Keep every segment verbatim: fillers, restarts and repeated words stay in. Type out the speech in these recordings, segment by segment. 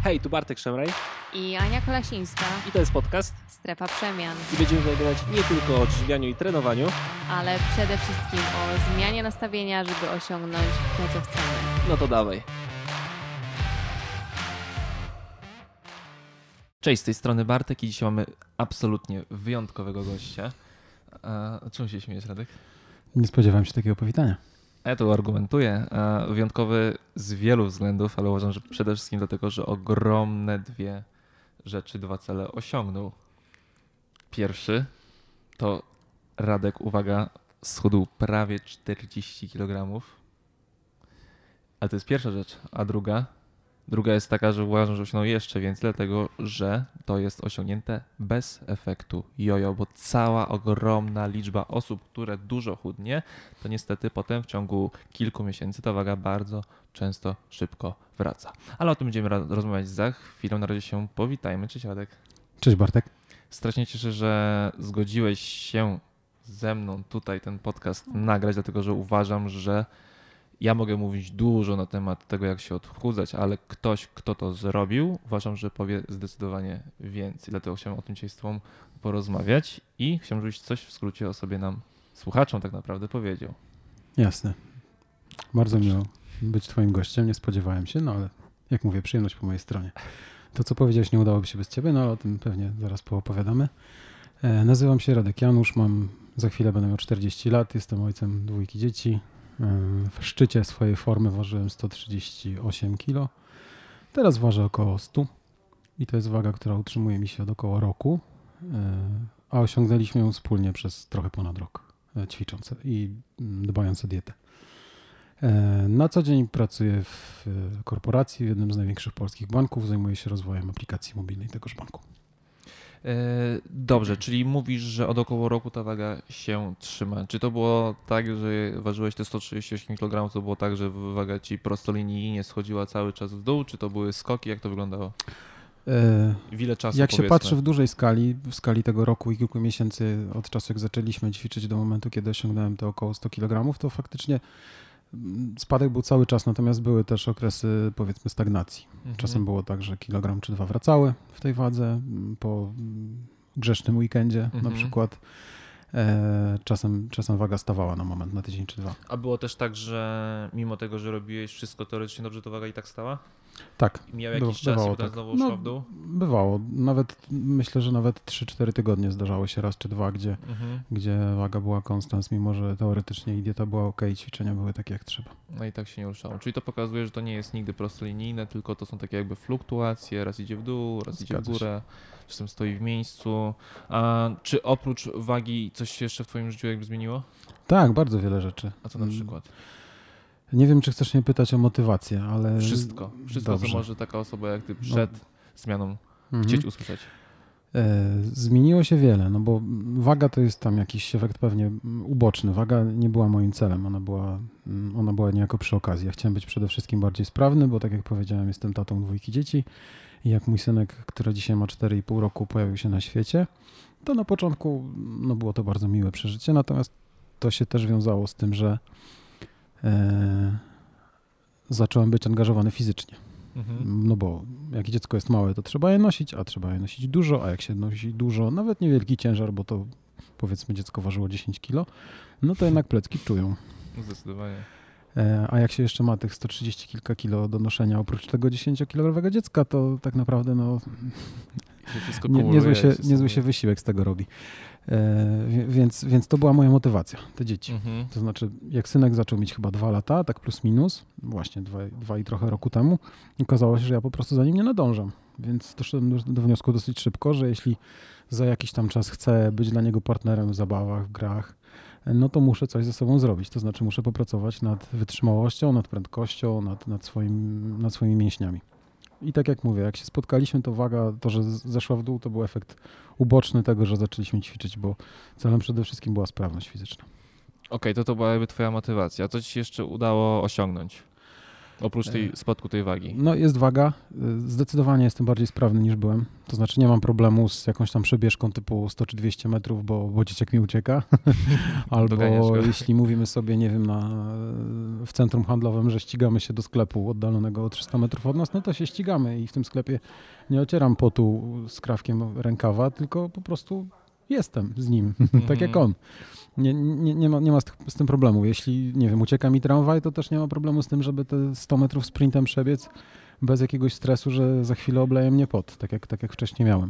Hej, tu Bartek Szemraj i Ania Kolasińska i to jest podcast Strefa Przemian. I będziemy rozmawiać nie tylko o odżywianiu i trenowaniu, ale przede wszystkim o zmianie nastawienia, żeby osiągnąć to, co chcemy. No to dawaj. Cześć, z tej strony Bartek i dzisiaj mamy absolutnie wyjątkowego gościa. A czemu się śmiejesz, Radek? Nie spodziewałem się takiego powitania. Ja tu argumentuję. Wyjątkowy z wielu względów, ale uważam, że przede wszystkim dlatego, że ogromne dwie rzeczy, dwa cele osiągnął. Pierwszy to Radek, uwaga, schudł prawie czterdzieści kilogramów. Ale to jest pierwsza rzecz. A druga? Druga jest taka, że uważam, że osiągnął jeszcze więcej, dlatego że to jest osiągnięte bez efektu jojo, bo cała ogromna liczba osób, które dużo chudnie, to niestety potem w ciągu kilku miesięcy ta waga bardzo często szybko wraca. Ale o tym będziemy rozmawiać za chwilę. Na razie się powitajmy. Cześć, Radek. Cześć, Bartek. Strasznie cieszę, że zgodziłeś się ze mną tutaj ten podcast nagrać, dlatego że uważam, że ja mogę mówić dużo na temat tego, jak się odchudzać, ale ktoś, kto to zrobił, uważam, że powie zdecydowanie więcej. Dlatego chciałem o tym dzisiaj z Tobą porozmawiać i chciałem, żebyś coś w skrócie o sobie nam, słuchaczom tak naprawdę, powiedział. Jasne. Bardzo miło być Twoim gościem. Nie spodziewałem się, no ale jak mówię, przyjemność po mojej stronie. To, co powiedziałeś, nie udałoby się bez Ciebie, no ale o tym pewnie zaraz poopowiadamy. E, nazywam się Radek Janusz, mam za chwilę będę miał czterdzieści lat, jestem ojcem dwójki dzieci. W szczycie swojej formy ważyłem sto trzydzieści osiem kilo. Teraz ważę około sto i to jest waga, która utrzymuje mi się od około roku, a osiągnęliśmy ją wspólnie przez trochę ponad rok, ćwicząc i dbając o dietę. Na co dzień pracuję w korporacji, w jednym z największych polskich banków, zajmuję się rozwojem aplikacji mobilnej tegoż banku. Dobrze, czyli mówisz, że od około roku ta waga się trzyma. Czy to było tak, że ważyłeś te sto trzydzieści osiem kilogramów, to było tak, że waga ci prostolinijnie schodziła cały czas w dół, czy to były skoki? Jak to wyglądało? W ile czasu, Jak powiedzmy? się patrzy w dużej skali, w skali tego roku i kilku miesięcy od czasu, jak zaczęliśmy ćwiczyć do momentu, kiedy osiągnąłem te około sto kilogramów, to faktycznie spadek był cały czas, natomiast były też okresy, powiedzmy, stagnacji. Mhm. Czasem było tak, że kilogram czy dwa wracały w tej wadze po grzesznym weekendzie mhm. na przykład. E, czasem, czasem waga stawała na moment, na tydzień czy dwa. A było też tak, że mimo tego, że robiłeś wszystko teoretycznie dobrze, to waga i tak stała? Tak. I miał jakiś czas i potem tak. znowu szła no, w dół? Bywało. Nawet myślę, że nawet trzy cztery tygodnie zdarzało się raz czy dwa, gdzie, mhm. gdzie waga była konstans, mimo że teoretycznie i dieta była ok, ćwiczenia były takie jak trzeba. No i tak się nie ruszało. Czyli to pokazuje, że to nie jest nigdy prostolinijne, tylko to są takie jakby fluktuacje, raz idzie w dół, raz Zgadza idzie w górę, się. czasem stoi w miejscu. A czy oprócz wagi coś się jeszcze w twoim życiu jakby zmieniło? Tak, bardzo wiele rzeczy. A co na przykład? Nie wiem, czy chcesz mnie pytać o motywację, ale... Wszystko. Wszystko, Dobrze. co może taka osoba jak ty przed no. zmianą mhm. chcieć usłyszeć. E, zmieniło się wiele, no bo waga to jest tam jakiś efekt pewnie uboczny. Waga nie była moim celem, ona była, ona była niejako przy okazji. Ja chciałem być przede wszystkim bardziej sprawny, bo tak jak powiedziałem, jestem tatą dwójki dzieci i jak mój synek, który dzisiaj ma cztery i pół roku, pojawił się na świecie, to na początku no było to bardzo miłe przeżycie, natomiast to się też wiązało z tym, że e, zacząłem być angażowany fizycznie. Mhm. No bo jak dziecko jest małe, to trzeba je nosić, a trzeba je nosić dużo, a jak się nosi dużo, nawet niewielki ciężar, bo to powiedzmy dziecko ważyło dziesięć kilo, no to jednak plecki czują. Zdecydowanie. E, a jak się jeszcze ma tych sto trzydzieści kilka kilo do noszenia oprócz tego dziesięciokilogramowego dziecka, to tak naprawdę no nie, niezły, się, niezły się wysiłek z tego robi. E, więc, więc to była moja motywacja, te dzieci. Mhm. To znaczy, jak synek zaczął mieć chyba dwa lata, tak plus minus, właśnie dwa, dwa i trochę roku temu, okazało się, że ja po prostu za nim nie nadążam. Więc doszedłem do, do wniosku dosyć szybko, że jeśli za jakiś tam czas chcę być dla niego partnerem w zabawach, w grach, no to muszę coś ze sobą zrobić. To znaczy muszę popracować nad wytrzymałością, nad prędkością, nad, nad, swoim, nad swoimi mięśniami. I tak jak mówię, jak się spotkaliśmy, to waga, to, że zeszła w dół, to był efekt uboczny tego, że zaczęliśmy ćwiczyć, bo celem przede wszystkim była sprawność fizyczna. Okej, okay, to to była jakby twoja motywacja. Co ci się jeszcze udało osiągnąć? Oprócz tej spadku tej wagi. No jest waga. Zdecydowanie jestem bardziej sprawny niż byłem. To znaczy nie mam problemu z jakąś tam przebieżką typu sto czy dwieście metrów, bo, bo dzieciak mi ucieka. Albo jeśli mówimy sobie, nie wiem, na, w centrum handlowym, że ścigamy się do sklepu oddalonego o trzysta metrów od nas, no to się ścigamy i w tym sklepie nie ocieram potu skrawkiem rękawa, tylko po prostu jestem z nim, mm-hmm. tak jak on. Nie, nie, nie ma, nie ma z, z tym problemu. Jeśli, nie wiem, ucieka mi tramwaj, to też nie ma problemu z tym, żeby te sto metrów sprintem przebiec bez jakiegoś stresu, że za chwilę obleje mnie pot, tak jak, tak jak wcześniej miałem.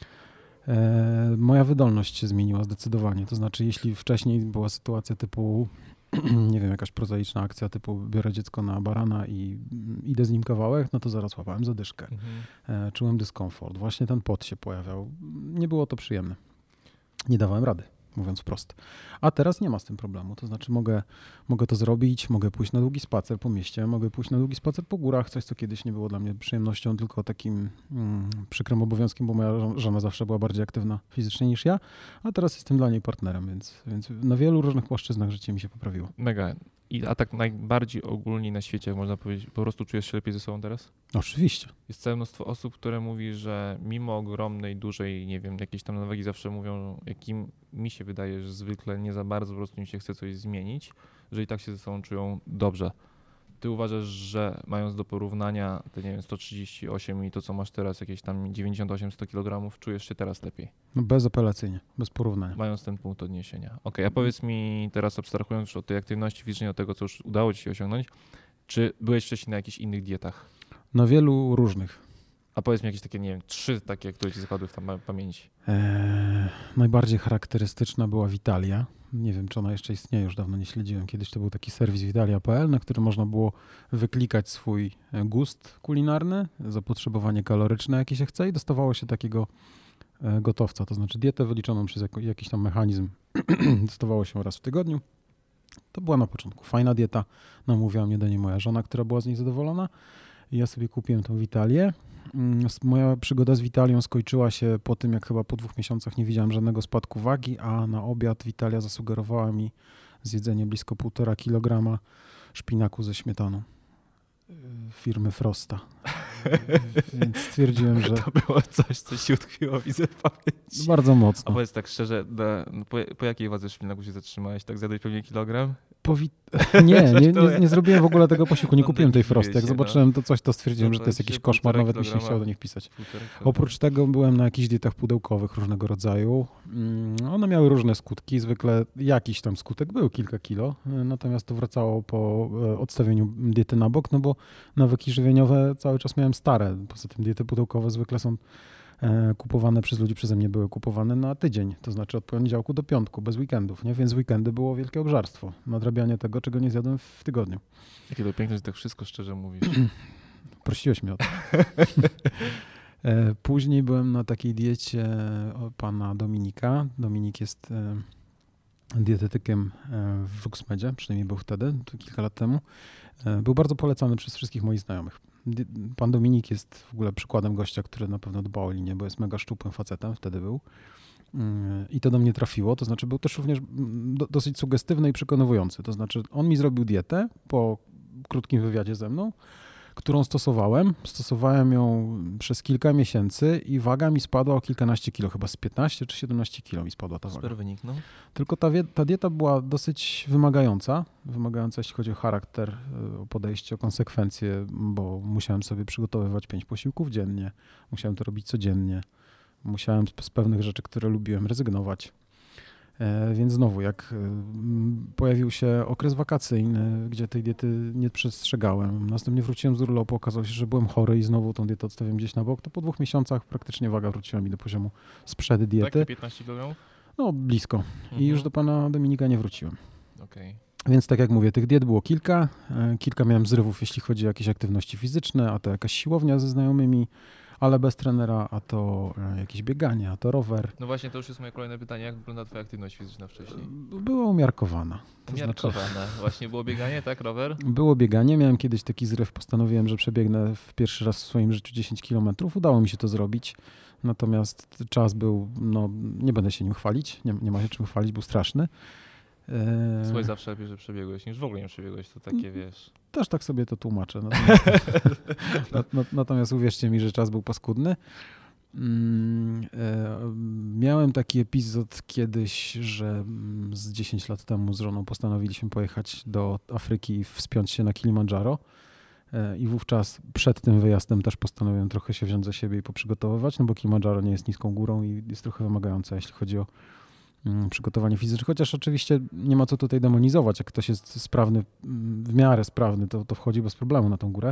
E, moja wydolność się zmieniła zdecydowanie. To znaczy, jeśli wcześniej była sytuacja typu, nie wiem, jakaś prozaiczna akcja typu biorę dziecko na barana i idę z nim kawałek, no to zaraz łapałem zadyszkę. Mhm. E, czułem dyskomfort. Właśnie ten pot się pojawiał. Nie było to przyjemne. Nie dawałem rady, mówiąc wprost. A teraz nie ma z tym problemu, to znaczy mogę, mogę to zrobić, mogę pójść na długi spacer po mieście, mogę pójść na długi spacer po górach, coś co kiedyś nie było dla mnie przyjemnością, tylko takim mm, przykrym obowiązkiem, bo moja żona zawsze była bardziej aktywna fizycznie niż ja, a teraz jestem dla niej partnerem, więc, więc na wielu różnych płaszczyznach życie mi się poprawiło. Mega. I, a tak najbardziej ogólnie na świecie, jak można powiedzieć, po prostu czujesz się lepiej ze sobą teraz? Oczywiście. Jest całe mnóstwo osób, które mówi, że mimo ogromnej, dużej, nie wiem, jakiejś tam nadwagi zawsze mówią, jakim mi się wydaje, że zwykle nie za bardzo po prostu im się chce coś zmienić, że i tak się ze sobą czują dobrze. Ty uważasz, że mając do porównania te, nie wiem, sto trzydzieści osiem i to, co masz teraz, jakieś tam dziewięćdziesiąt osiem sto kilogramów, czujesz się teraz lepiej? No bezapelacyjnie, bez porównania. Mając ten punkt odniesienia. Okej, okay, a powiedz mi teraz, abstrahując od tej aktywności fizycznej, od tego, co już udało ci się osiągnąć, czy byłeś wcześniej na jakichś innych dietach? Na wielu różnych. A powiedz mi jakieś takie, nie wiem, trzy takie, które ci zapadły w tam pamięci. Eee, najbardziej charakterystyczna była Vitalia. Nie wiem, czy ona jeszcze istnieje, już dawno nie śledziłem. Kiedyś to był taki serwis vitalia kropka p l, na którym można było wyklikać swój gust kulinarny, zapotrzebowanie kaloryczne, jakie się chce i dostawało się takiego gotowca, to znaczy dietę wyliczoną przez jakiś tam mechanizm. Dostawało się raz w tygodniu. To była na początku fajna dieta. Namówiła mnie do niej moja żona, która była z niej zadowolona. I ja sobie kupiłem tą Vitalię. Moja przygoda z Vitalią skończyła się po tym, jak chyba po dwóch miesiącach nie widziałem żadnego spadku wagi, a na obiad Vitalia zasugerowała mi zjedzenie blisko półtora kilograma szpinaku ze śmietaną firmy Frosta. Więc stwierdziłem, że... To było coś, co się utkwiło, widzę w pamięci. Bardzo mocno. A powiedz tak szczerze, na, po, po jakiej wadze szpinaku się zatrzymałeś? Tak zjadłeś pewnie kilogram? Powi... Nie, nie, nie, nie zrobiłem w ogóle tego posiłku, nie kupiłem tej Frosty. Jak zobaczyłem to coś, to stwierdziłem, że to jest jakiś koszmar, nawet mi się nie chciało do nich pisać. Oprócz tego byłem na jakichś dietach pudełkowych różnego rodzaju. One miały różne skutki, zwykle jakiś tam skutek był, kilka kilo, natomiast to wracało po odstawieniu diety na bok, no bo nawyki żywieniowe cały czas miałem stare. Poza tym diety pudełkowe zwykle są kupowane przez ludzi, przeze mnie były kupowane na tydzień, to znaczy od poniedziałku do piątku, bez weekendów, nie? Więc weekendy było wielkie obżarstwo, nadrabianie tego, czego nie zjadłem w tygodniu. Jakie to piękne, że tak wszystko szczerze mówisz. Prosiłeś mnie o to. Później byłem na takiej diecie pana Dominika. Dominik jest dietetykiem w Ruxmedzie, przynajmniej był wtedy, to kilka lat temu. Był bardzo polecany przez wszystkich moich znajomych. Pan Dominik jest w ogóle przykładem gościa, który na pewno dba o linię, bo jest mega szczupłym facetem, wtedy był. I to do mnie trafiło, to znaczy był też również do, dosyć sugestywny i przekonywujący. To znaczy on mi zrobił dietę po krótkim wywiadzie ze mną, którą stosowałem. Stosowałem ją przez kilka miesięcy i waga mi spadła o kilkanaście kilo, chyba z piętnaście czy siedemnaście kilo mi spadła ta waga. Super wynik, no. Tylko ta, ta dieta była dosyć wymagająca, wymagająca jeśli chodzi o charakter, o podejście, o konsekwencje, bo musiałem sobie przygotowywać pięć posiłków dziennie, musiałem to robić codziennie, musiałem z pewnych rzeczy, które lubiłem, rezygnować. Więc znowu, jak pojawił się okres wakacyjny, gdzie tej diety nie przestrzegałem, następnie wróciłem z urlopu, okazało się, że byłem chory i znowu tą dietę odstawiłem gdzieś na bok, to po dwóch miesiącach praktycznie waga wróciła mi do poziomu sprzed diety. Tak, piętnaście kilogramów? No, blisko. Mhm. I już do pana Dominika nie wróciłem. Okay. Więc tak jak mówię, tych diet było kilka. Kilka miałem zrywów, jeśli chodzi o jakieś aktywności fizyczne, a to jakaś siłownia ze znajomymi, ale bez trenera, a to jakieś bieganie, a to rower. No właśnie, to już jest moje kolejne pytanie. Jak wygląda twoja aktywność fizyczna wcześniej? Była umiarkowana. To umiarkowana. Znaczy, właśnie było bieganie, tak? Rower? Było bieganie. Miałem kiedyś taki zryw. Postanowiłem, że przebiegnę w pierwszy raz w swoim życiu dziesięć kilometrów. Udało mi się to zrobić. Natomiast czas był, no nie będę się nim chwalić. Nie, nie ma się czym chwalić, był straszny. Słuchaj, zawsze lepiej, że przebiegłeś, niż w ogóle nie przebiegłeś, to takie, wiesz... Też tak sobie to tłumaczę. Natomiast, natomiast uwierzcie mi, że czas był paskudny. Miałem taki epizod kiedyś, że z dziesięć lat temu z żoną postanowiliśmy pojechać do Afryki i wspiąć się na Kilimandżaro. I wówczas przed tym wyjazdem też postanowiłem trochę się wziąć za siebie i poprzygotowywać, no bo Kilimandżaro nie jest niską górą i jest trochę wymagające, jeśli chodzi o przygotowanie fizyczne. Chociaż oczywiście nie ma co tutaj demonizować. Jak ktoś jest sprawny, w miarę sprawny, to, to wchodzi bez problemu na tą górę.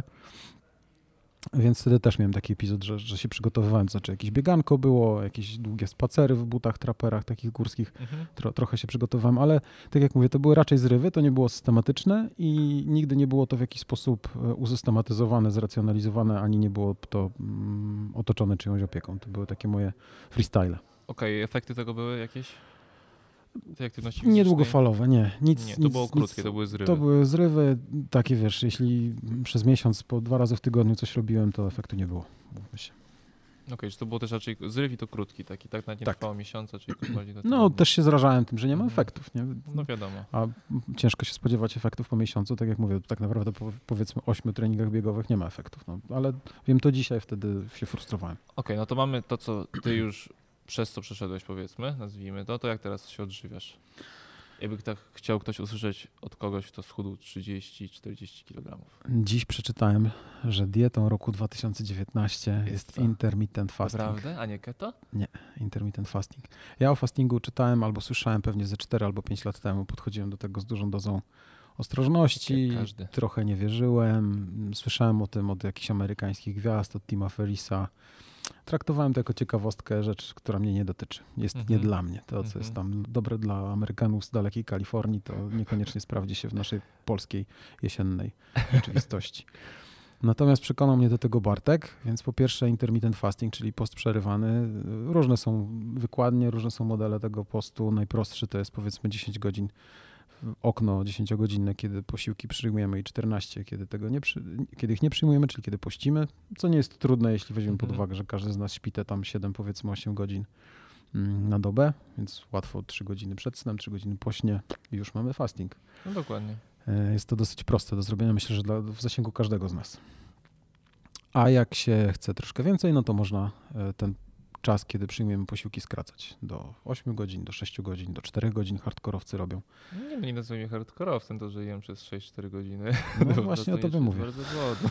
Więc wtedy też miałem taki epizod, że, że się przygotowywałem, to znaczy jakieś bieganko było, jakieś długie spacery w butach, traperach takich górskich, mhm. Tro, trochę się przygotowywałem, ale tak jak mówię, to były raczej zrywy, to nie było systematyczne i nigdy nie było to w jakiś sposób usystematyzowane, zracjonalizowane, ani nie było to um, otoczone czyjąś opieką. To były takie moje freestyle. Okej, okay, efekty tego były jakieś? Tej aktywności fizycznej? Niedługofalowe, nie. Nic, nie, to nic, było krótkie, nic, to były zrywy. To były zrywy, takie wiesz, jeśli przez miesiąc, po dwa razy w tygodniu coś robiłem, to efektu nie było. Okej, okay, czy to było też raczej zryw i to krótki taki, tak? Nawet nie tak. trwało miesiąca, czyli bardziej to No też się zrażałem tym, że nie ma mhm. efektów, nie? No wiadomo. A ciężko się spodziewać efektów po miesiącu, tak jak mówię, tak naprawdę po powiedzmy ośmiu treningach biegowych nie ma efektów, no, ale wiem to dzisiaj, wtedy się frustrowałem. Okej, okay, no to mamy to, co ty już przez co przeszedłeś, powiedzmy, nazwijmy to, to jak teraz się odżywiasz? Jakby tak chciał ktoś usłyszeć od kogoś, kto schudł trzydzieści czterdzieści kilogramów. Dziś przeczytałem, że dietą roku dwa tysiące dziewiętnastego jest, jest intermittent fasting. Naprawdę? A nie keto? Nie, intermittent fasting. Ja o fastingu czytałem albo słyszałem pewnie ze cztery albo pięć lat temu. Podchodziłem do tego z dużą dozą ostrożności. Każdy. Trochę nie wierzyłem. Słyszałem o tym od jakichś amerykańskich gwiazd, od Tima Ferrissa. Traktowałem to jako ciekawostkę, rzecz, która mnie nie dotyczy. Jest mm-hmm. nie dla mnie. To, co mm-hmm. jest tam dobre dla Amerykanów z dalekiej Kalifornii, to niekoniecznie sprawdzi się w naszej polskiej jesiennej rzeczywistości. Natomiast przekonał mnie do tego Bartek, więc po pierwsze intermittent fasting, czyli post przerywany. Różne są wykładnie, różne są modele tego postu. Najprostszy to jest powiedzmy dziesięć godzin, okno dziesięciogodzinne, kiedy posiłki przyjmujemy i czternaście, kiedy, tego nie przy, kiedy ich nie przyjmujemy, czyli kiedy pościmy, co nie jest trudne, jeśli weźmiemy mhm. pod uwagę, że każdy z nas śpi te tam siedem, powiedzmy osiem godzin na dobę, więc łatwo trzy godziny przed snem, trzy godziny po śnie i już mamy fasting. No dokładnie. Jest to dosyć proste do zrobienia, myślę, że dla, w zasięgu każdego z nas. A jak się chce troszkę więcej, no to można ten czas, kiedy przyjmujemy posiłki, skracać do ośmiu godzin, do sześciu godzin, do czterech godzin hardkorowcy robią. Nie, nie nazwijmy hardkorowcem, to że jem przez sześć cztery godziny. No właśnie o tobie mówię. Bardzo głodno.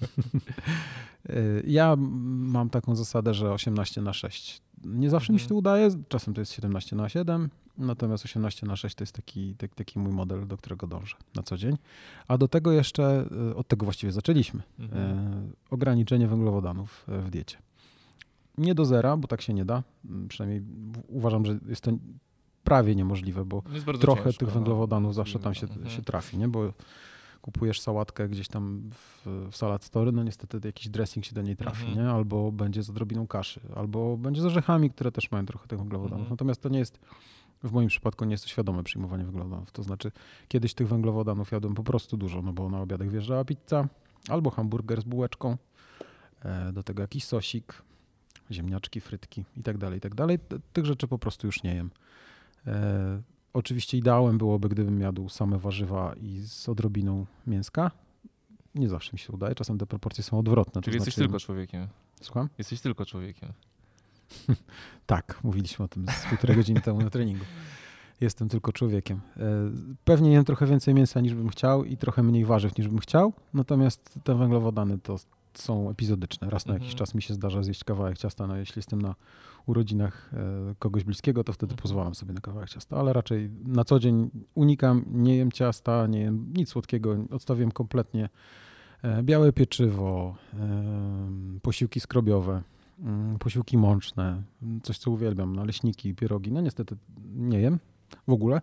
Ja mam taką zasadę, że osiemnaście na sześć. Nie zawsze mhm. mi się to udaje, czasem to jest siedemnaście na siedem, natomiast osiemnaście na sześć to jest taki, taki, taki mój model, do którego dążę na co dzień. A do tego jeszcze, od tego właściwie zaczęliśmy, mhm. ograniczenie węglowodanów w diecie. Nie do zera, bo tak się nie da. Przynajmniej uważam, że jest to prawie niemożliwe, bo trochę ciężko, tych węglowodanów no, zawsze tam się, mhm. się trafi, nie? Bo kupujesz sałatkę gdzieś tam w, w Salad Story, no niestety jakiś dressing się do niej trafi, mhm. nie? Albo będzie z odrobiną kaszy, albo będzie z orzechami, które też mają trochę tych węglowodanów. Mhm. Natomiast to nie jest, w moim przypadku nie jest to świadome przyjmowanie węglowodanów. To znaczy kiedyś tych węglowodanów jadłem po prostu dużo, no bo na obiadek wjeżdżała pizza, albo hamburger z bułeczką, do tego jakiś sosik, ziemniaczki, frytki i tak dalej, i tak dalej. Tych rzeczy po prostu już nie jem. E, oczywiście ideałem byłoby, gdybym jadł same warzywa i z odrobiną mięska. Nie zawsze mi się udaje, czasem te proporcje są odwrotne. Czyli to jesteś znaczy... tylko człowiekiem. Słucham? Jesteś tylko człowiekiem. Tak, mówiliśmy o tym z półtorej godziny temu na treningu. Jestem tylko człowiekiem. E, pewnie jem trochę więcej mięsa niż bym chciał i trochę mniej warzyw niż bym chciał, natomiast te węglowodany to są epizodyczne. Raz na jakiś mm-hmm. czas mi się zdarza zjeść kawałek ciasta, no jeśli jestem na urodzinach e, kogoś bliskiego, to wtedy mm-hmm. pozwalam sobie na kawałek ciasta, ale raczej na co dzień unikam, nie jem ciasta, nie jem nic słodkiego, odstawiam kompletnie e, białe pieczywo, e, posiłki skrobiowe, e, posiłki mączne, coś co uwielbiam, naleśniki, pierogi, no niestety nie jem w ogóle.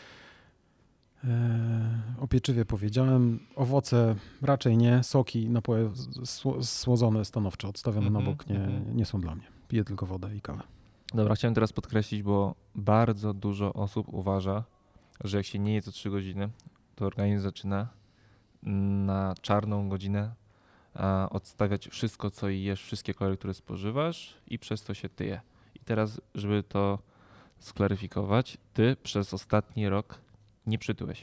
O pieczywie powiedziałem, owoce raczej nie, soki, napoje słodzone stanowczo, odstawione mm-hmm, na bok, nie, mm-hmm. nie są dla mnie. Piję tylko wodę i kawę. Dobra, chciałem teraz podkreślić, bo bardzo dużo osób uważa, że jak się nie je co trzy godziny, to organizm zaczyna na czarną godzinę odstawiać wszystko, co jesz, wszystkie kalorie, które spożywasz i przez to się tyje. I teraz, żeby to sklaryfikować, ty przez ostatni rok nie przytyłeś,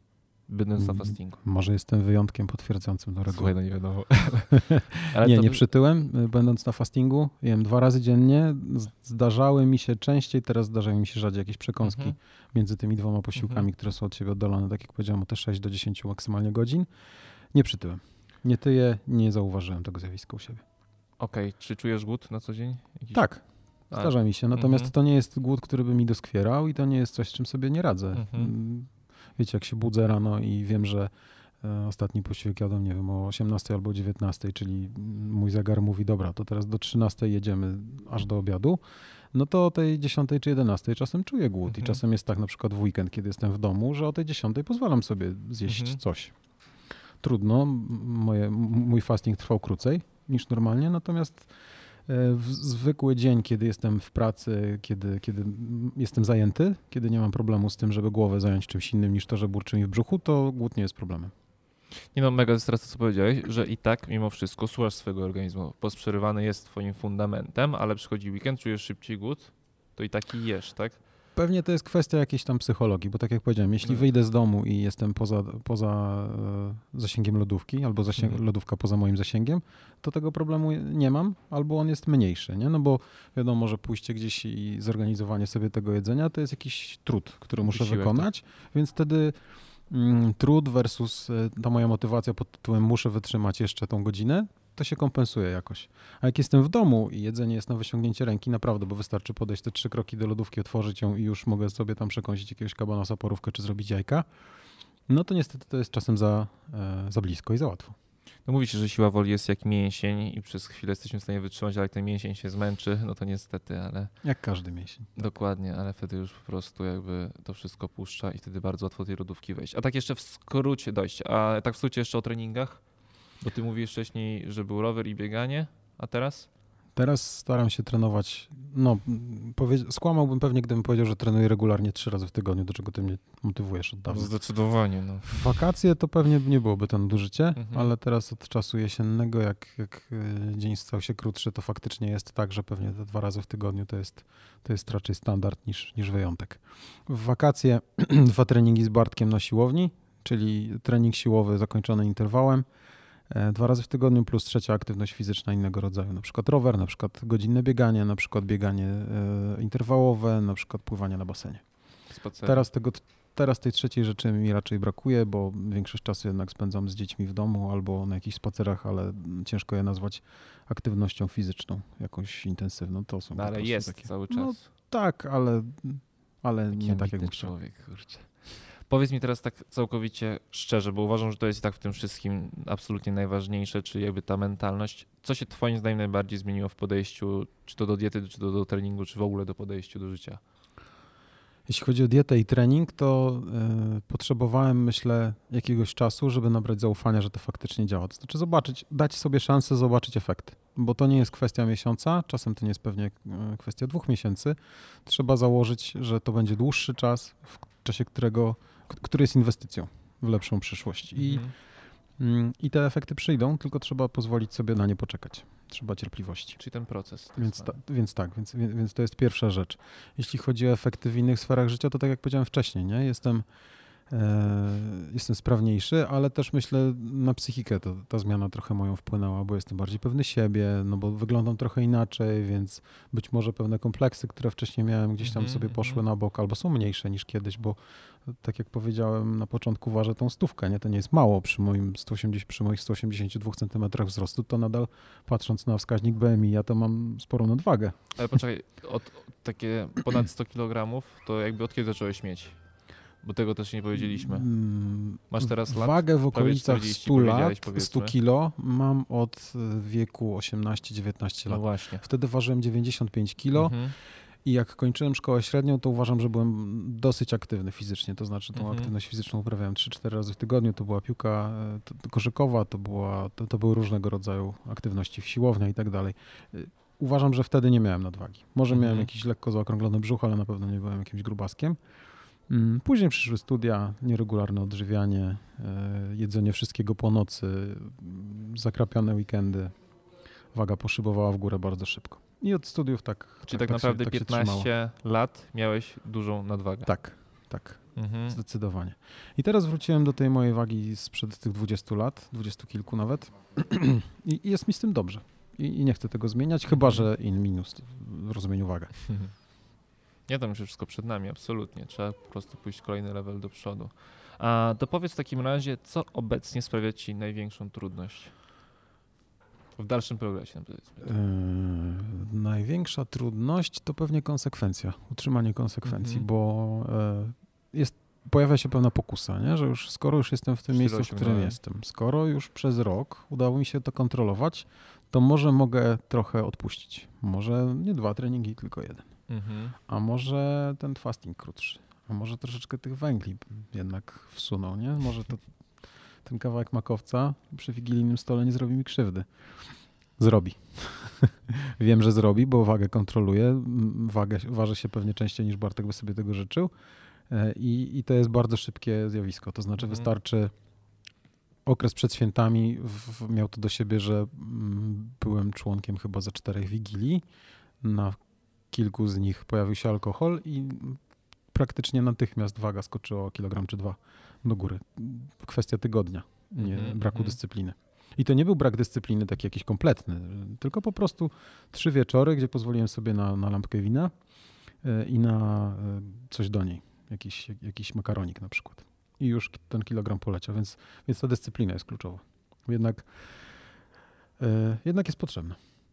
będąc na fastingu. Może jestem wyjątkiem potwierdzającym do reguły. Słuchaj, no nie wiadomo. Ale nie, to... nie przytyłem, będąc na fastingu. Jem dwa razy dziennie. Zdarzały mi się częściej, teraz zdarzają mi się rzadziej jakieś przekąski mhm. między tymi dwoma posiłkami, mhm. które są od siebie oddalone, tak jak powiedziałem, o te sześć do dziesięciu maksymalnie godzin. Nie przytyłem. Nie tyję, nie zauważyłem tego zjawiska u siebie. Okej, okay. Czy czujesz głód na co dzień? Jakiś... Tak, zdarza mi się. Natomiast mhm. to nie jest głód, który by mi doskwierał i to nie jest coś, z czym sobie nie radzę. Mhm. Wiecie, jak się budzę rano i wiem, że ostatni posiłek jadłem, nie wiem, o osiemnastej albo dziewiętnastej, czyli mój zegar mówi, dobra, to teraz do trzynastej jedziemy aż do obiadu, no to o tej dziesiątej czy jedenastej czasem czuję głód mhm. i czasem jest tak na przykład w weekend, kiedy jestem w domu, że o tej dziesiątej pozwalam sobie zjeść mhm. coś. Trudno, moje, mój fasting trwał krócej niż normalnie, natomiast w zwykły dzień, kiedy jestem w pracy, kiedy, kiedy jestem zajęty, kiedy nie mam problemu z tym, żeby głowę zająć czymś innym niż to, że burczy mi w brzuchu, to głód nie jest problemem. Nie no, mega teraz to, co powiedziałeś, że i tak mimo wszystko słuchasz swojego organizmu. Postprzerywany jest twoim fundamentem, ale przychodzi weekend, czujesz szybciej głód, to i taki jesz, tak? Pewnie to jest kwestia jakiejś tam psychologii, bo tak jak powiedziałem, jeśli no. wyjdę z domu i jestem poza, poza zasięgiem lodówki, albo zasięg, mhm. lodówka poza moim zasięgiem, to tego problemu nie mam, albo on jest mniejszy, nie? No bo wiadomo, że pójście gdzieś i zorganizowanie sobie tego jedzenia to jest jakiś trud, który muszę Wysiłek, wykonać, tak. Więc wtedy mm, trud versus ta moja motywacja pod tytułem muszę wytrzymać jeszcze tą godzinę, to się kompensuje jakoś. A jak jestem w domu i jedzenie jest na wyciągnięcie ręki, naprawdę, bo wystarczy podejść te trzy kroki do lodówki, otworzyć ją i już mogę sobie tam przekąsić jakiegoś kabanosa, porówkę czy zrobić jajka, no to niestety to jest czasem za, e, za blisko i za łatwo. No mówicie, że siła woli jest jak mięsień i przez chwilę jesteśmy w stanie wytrzymać, ale jak ten mięsień się zmęczy, no to niestety, ale... Jak każdy mięsień. Dokładnie, ale wtedy już po prostu jakby to wszystko puszcza i wtedy bardzo łatwo do tej lodówki wejść. A tak jeszcze w skrócie dojść, a tak w skrócie jeszcze o treningach? Bo ty mówisz wcześniej, że był rower i bieganie, a teraz? Teraz staram się trenować, no powie- skłamałbym pewnie, gdybym powiedział, że trenuję regularnie trzy razy w tygodniu, do czego ty mnie motywujesz od dawna. No zdecydowanie. No. W wakacje to pewnie nie byłoby to nadużycie, mhm. ale teraz od czasu jesiennego, jak, jak dzień stał się krótszy, to faktycznie jest tak, że pewnie te dwa razy w tygodniu to jest, to jest raczej standard niż, niż wyjątek. W wakacje dwa treningi z Bartkiem na siłowni, czyli trening siłowy zakończony interwałem, dwa razy w tygodniu plus trzecia aktywność fizyczna innego rodzaju, na przykład rower, na przykład godzinne bieganie, na przykład bieganie e, interwałowe, na przykład pływanie na basenie. Teraz, tego, teraz tej trzeciej rzeczy mi raczej brakuje, bo większość czasu jednak spędzam z dziećmi w domu albo na jakichś spacerach, ale ciężko je nazwać aktywnością fizyczną, jakąś intensywną. To są no, ale jest takie, cały czas. No, tak, ale, ale nie tak jak chciał. Człowiek, kurczę. Powiedz mi teraz tak całkowicie szczerze, bo uważam, że to jest i tak w tym wszystkim absolutnie najważniejsze, czyli jakby ta mentalność. Co się twoim zdaniem najbardziej zmieniło w podejściu, czy to do diety, czy to do treningu, czy w ogóle do podejściu do życia? Jeśli chodzi o dietę i trening, to y, potrzebowałem, myślę, jakiegoś czasu, żeby nabrać zaufania, że to faktycznie działa. To znaczy zobaczyć, dać sobie szansę zobaczyć efekty, bo to nie jest kwestia miesiąca, czasem to nie jest pewnie kwestia dwóch miesięcy. Trzeba założyć, że to będzie dłuższy czas, w czasie którego, który jest inwestycją w lepszą przyszłość. I, mhm. i te efekty przyjdą, tylko trzeba pozwolić sobie na nie poczekać. Trzeba cierpliwości. Czyli ten proces. Więc, ta, więc tak, więc, więc to jest pierwsza rzecz. Jeśli chodzi o efekty w innych sferach życia, to tak jak powiedziałem wcześniej, nie? Jestem, e, jestem sprawniejszy, ale też myślę na psychikę to, ta zmiana trochę moją wpłynęła, bo jestem bardziej pewny siebie, no bo wyglądam trochę inaczej, więc być może pewne kompleksy, które wcześniej miałem, gdzieś tam mm-hmm. sobie poszły na bok, albo są mniejsze niż kiedyś, bo tak jak powiedziałem na początku, ważę tą stówkę, nie? To nie jest mało przy moim sto osiemdziesięciu, przy moich sto osiemdziesięciu dwóch centymetrach wzrostu, to nadal patrząc na wskaźnik B M I, ja to mam sporą nadwagę. Ale poczekaj, od takie ponad sto kilogramów, to jakby od kiedy zacząłeś mieć? Bo tego też nie powiedzieliśmy. Masz teraz lat? Wagę w okolicach stu lat, stu kilo mam od wieku osiemnaście dziewiętnaście lat. No właśnie. Wtedy ważyłem dziewięćdziesiąt pięć kilo. Mhm. I jak kończyłem szkołę średnią, to uważam, że byłem dosyć aktywny fizycznie, to znaczy tą mhm. aktywność fizyczną uprawiałem trzy cztery razy w tygodniu, to była piłka to, to koszykowa, to, była, to, to były różnego rodzaju aktywności w siłownia i tak dalej. Uważam, że wtedy nie miałem nadwagi. Może mhm. miałem jakiś lekko zaokrąglony brzuch, ale na pewno nie byłem jakimś grubaskiem. Później przyszły studia, nieregularne odżywianie, jedzenie wszystkiego po nocy, zakrapiane weekendy. Waga poszybowała w górę bardzo szybko. I od studiów tak. Czyli tak, tak naprawdę tak piętnaście lat miałeś dużą nadwagę. Tak, tak, Mhm. zdecydowanie. I teraz wróciłem do tej mojej wagi sprzed tych dwudziestu lat, dwudziestu kilku nawet i, i jest mi z tym dobrze. I, I nie chcę tego zmieniać, chyba że in minus w rozumieniu waga. Ja tam już wszystko przed nami, absolutnie. Trzeba po prostu pójść kolejny level do przodu. A to powiedz w takim razie, co obecnie sprawia ci największą trudność? W dalszym progresie, powiedzmy. Yy, największa trudność to pewnie konsekwencja, utrzymanie konsekwencji, Mhm. bo yy, jest, pojawia się pewna pokusa, nie? Że już skoro już jestem w tym Tyle miejscu, w którym osiągnąłem. jestem, skoro już przez rok udało mi się to kontrolować, to może mogę trochę odpuścić. Może nie dwa treningi, tylko jeden. Mhm. A może ten fasting krótszy, a może troszeczkę tych węgli jednak wsunął, nie? Może to ten kawałek makowca przy wigilijnym stole nie zrobi mi krzywdy. Zrobi. Wiem, że zrobi, bo wagę kontroluję. Wagę, ważę się pewnie częściej niż Bartek by sobie tego życzył. I, i to jest bardzo szybkie zjawisko. To znaczy Mhm. wystarczy okres przed świętami w, miał to do siebie, że mm, byłem członkiem chyba ze czterech wigilii. Na kilku z nich pojawił się alkohol i praktycznie natychmiast waga skoczyła o kilogram czy dwa do góry. Kwestia tygodnia, nie, Mhm, braku mhm. dyscypliny. I to nie był brak dyscypliny taki jakiś kompletny, tylko po prostu trzy wieczory, gdzie pozwoliłem sobie na, na lampkę wina y, i na y, coś do niej, jakiś, jakiś makaronik na przykład. I już ten kilogram poleciał, więc, więc ta dyscyplina jest kluczowa. Jednak, y, jednak jest potrzebna.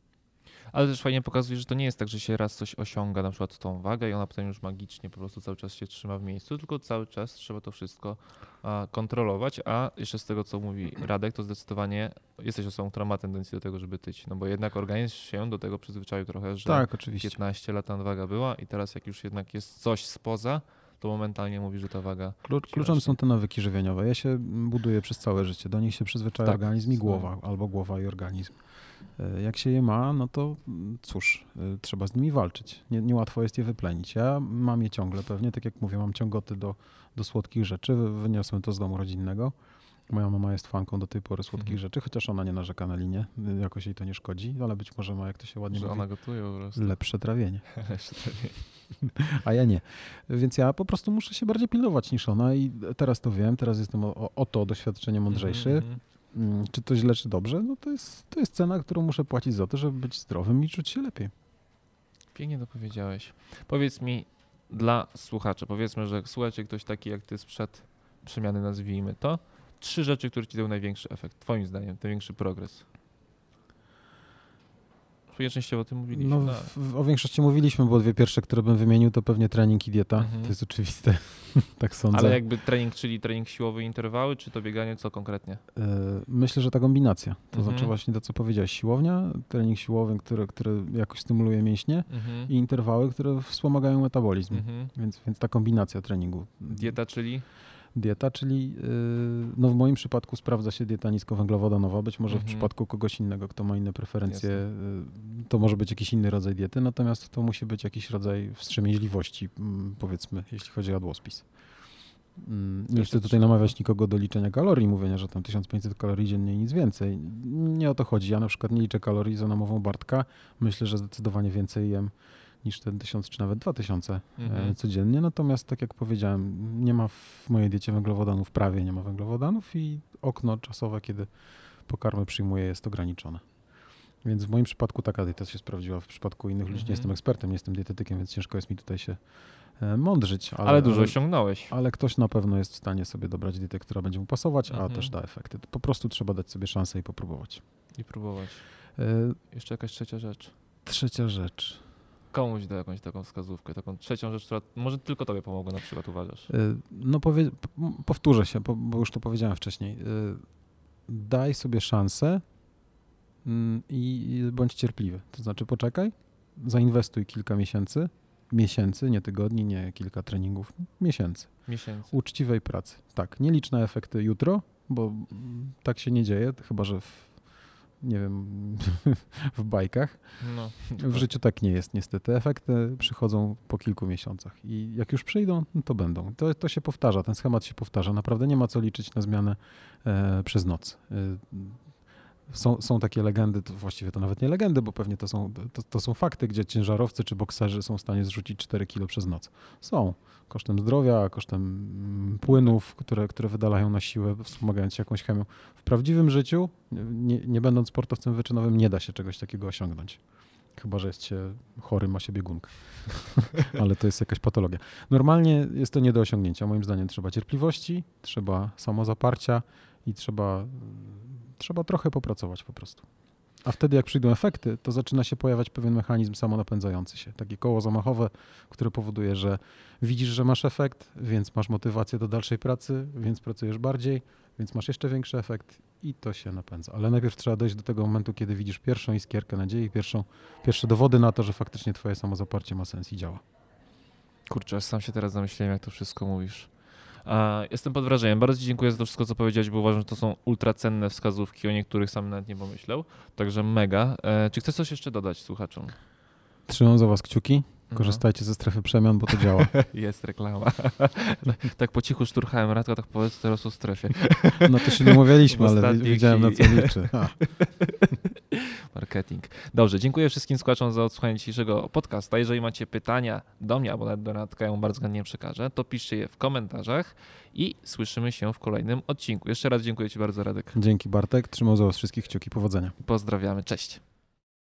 Ale też fajnie pokazuje, że to nie jest tak, że się raz coś osiąga, na przykład tą wagę i ona potem już magicznie po prostu cały czas się trzyma w miejscu, tylko cały czas trzeba to wszystko a, kontrolować, a jeszcze z tego, co mówi Radek, to zdecydowanie jesteś osobą, która ma tendencję do tego, żeby tyć, no bo jednak organizm się do tego przyzwyczaił trochę, że Tak, oczywiście. piętnaście lat nadwaga była i teraz jak już jednak jest coś spoza, to momentalnie mówi, że ta waga... Klucz, kluczem są te nawyki żywieniowe. Ja się buduję przez całe życie. Do nich się przyzwyczaja Tak, organizm i zgoda. głowa, albo głowa i organizm. Jak się je ma, no to cóż, trzeba z nimi walczyć. Nie, niełatwo jest je wyplenić. Ja mam je ciągle pewnie, tak jak mówię, mam ciągoty do, do słodkich rzeczy. Wyniosłem to z domu rodzinnego. Moja mama jest fanką do tej pory słodkich Mhm. rzeczy, chociaż ona nie narzeka na linię, jakoś jej to nie szkodzi, ale być może ma, jak to się ładnie Że mówi, ona gotuje po prostu. lepsze trawienie. Lepsze trawienie. A ja nie. Więc ja po prostu muszę się bardziej pilnować niż ona i teraz to wiem, teraz jestem o, o to doświadczenie mądrzejszy. Mhm, mhm. Czy to źle, czy dobrze? No to jest, to jest cena, którą muszę płacić za to, żeby być zdrowym i czuć się lepiej. Pięknie to powiedziałeś. Powiedz mi dla słuchaczy, powiedzmy, że słuchacie ktoś taki jak ty sprzed przemiany, nazwijmy to, trzy rzeczy, które ci dały największy efekt, twoim zdaniem, największy progres. Już częściowo o tym mówiliśmy. No, No, w, w, o większości mówiliśmy, bo dwie pierwsze, które bym wymienił, to pewnie trening i dieta. Mhm. To jest oczywiste, tak sądzę. ale jakby trening, czyli trening siłowy, interwały, czy to bieganie, co konkretnie? Y, Myślę, że ta kombinacja. To Mhm. znaczy właśnie to, co powiedziałeś, siłownia, trening siłowy, który, który jakoś stymuluje mięśnie Mhm. i interwały, które wspomagają metabolizm. Mhm. Więc, więc ta kombinacja treningu. Dieta, czyli? Dieta, czyli yy, no w moim przypadku sprawdza się dieta niskowęglowodanowa, być może Mhm. w przypadku kogoś innego, kto ma inne preferencje, Jasne. yy, to może być jakiś inny rodzaj diety, natomiast to musi być jakiś rodzaj wstrzemięźliwości, mm, powiedzmy, jeśli chodzi o jadłospis. Mm, Nie jest chcę to tutaj trzeba. namawiać nikogo do liczenia kalorii, mówienia, że tam tysiąc pięćset kalorii dziennie i nic więcej. Nie o to chodzi. Ja na przykład nie liczę kalorii za namową Bartka. Myślę, że zdecydowanie więcej jem niż ten tysiąc czy nawet dwa tysiące Mhm. e, codziennie. Natomiast tak jak powiedziałem, nie ma w mojej diecie węglowodanów, prawie nie ma węglowodanów i okno czasowe, kiedy pokarmy przyjmuję, jest ograniczone. Więc w moim przypadku taka dieta się sprawdziła. W przypadku innych ludzi Mhm. nie jestem ekspertem, nie jestem dietetykiem, więc ciężko jest mi tutaj się e, mądrzyć. Ale, Ale dużo ale, osiągnąłeś. ale ktoś na pewno jest w stanie sobie dobrać dietę, która będzie mu pasować, Mhm. a też da efekty. Po prostu trzeba dać sobie szansę i popróbować. I próbować. E, Jeszcze jakaś trzecia rzecz. Trzecia rzecz. Komuś da jakąś taką wskazówkę, taką trzecią rzecz, która może tylko tobie pomogła na przykład, uważasz? Y, No powie, p- powtórzę się, bo, bo już to powiedziałem wcześniej. Y, Daj sobie szansę mm, i i bądź cierpliwy. To znaczy poczekaj, zainwestuj kilka miesięcy, miesięcy, nie tygodni, nie kilka treningów, miesięcy. Miesięcy. Uczciwej pracy. Tak, nie licz na efekty jutro, bo mm, tak się nie dzieje, chyba że w, nie wiem, w bajkach. No. W życiu tak nie jest niestety. Efekty przychodzą po kilku miesiącach i jak już przyjdą, no to będą. To, to się powtarza, ten schemat się powtarza. Naprawdę nie ma co liczyć na zmianę e, przez noc. E, Są, są takie legendy, to właściwie to nawet nie legendy, bo pewnie to są, to, to są fakty, gdzie ciężarowcy czy bokserzy są w stanie zrzucić cztery kilo przez noc. Są. Kosztem zdrowia, kosztem mm, płynów, które, które wydalają na siłę, wspomagając się jakąś chemią. W prawdziwym życiu, nie, nie będąc sportowcem wyczynowym, nie da się czegoś takiego osiągnąć. Chyba że jest się chory, ma się biegunkę. Ale to jest jakaś patologia. Normalnie jest to nie do osiągnięcia. Moim zdaniem trzeba cierpliwości, trzeba samozaparcia i trzeba, trzeba trochę popracować po prostu. A wtedy jak przyjdą efekty, to zaczyna się pojawiać pewien mechanizm samonapędzający się. Takie koło zamachowe, które powoduje, że widzisz, że masz efekt, więc masz motywację do dalszej pracy, więc pracujesz bardziej, więc masz jeszcze większy efekt i to się napędza. Ale najpierw trzeba dojść do tego momentu, kiedy widzisz pierwszą iskierkę nadziei, pierwszą, pierwsze dowody na to, że faktycznie twoje samozaparcie ma sens i działa. Kurczę, sam się teraz zamyśliłem, jak to wszystko mówisz. Jestem pod wrażeniem. Bardzo ci dziękuję za to wszystko, co powiedziałeś, bo uważam, że to są ultracenne wskazówki, o niektórych sam nawet nie pomyślał. Także mega. Czy chcesz coś jeszcze dodać słuchaczom? Trzymam za was kciuki. Korzystajcie ze strefy przemian, bo to działa. Jest reklama. Tak po cichu szturchałem Radka, tak powiedz teraz o strefie. No to się nie umawialiśmy, ale wiedziałem na co liczy. Marketing. Dobrze, dziękuję wszystkim słuchaczom za odsłuchanie dzisiejszego podcasta. Jeżeli macie pytania do mnie albo nawet do Radka, ja mu bardzo chętnie przekażę, to piszcie je w komentarzach i słyszymy się w kolejnym odcinku. Jeszcze raz dziękuję ci bardzo, Radek. Dzięki, Bartek. Trzymam za was wszystkich kciuki. Powodzenia. Pozdrawiamy. Cześć.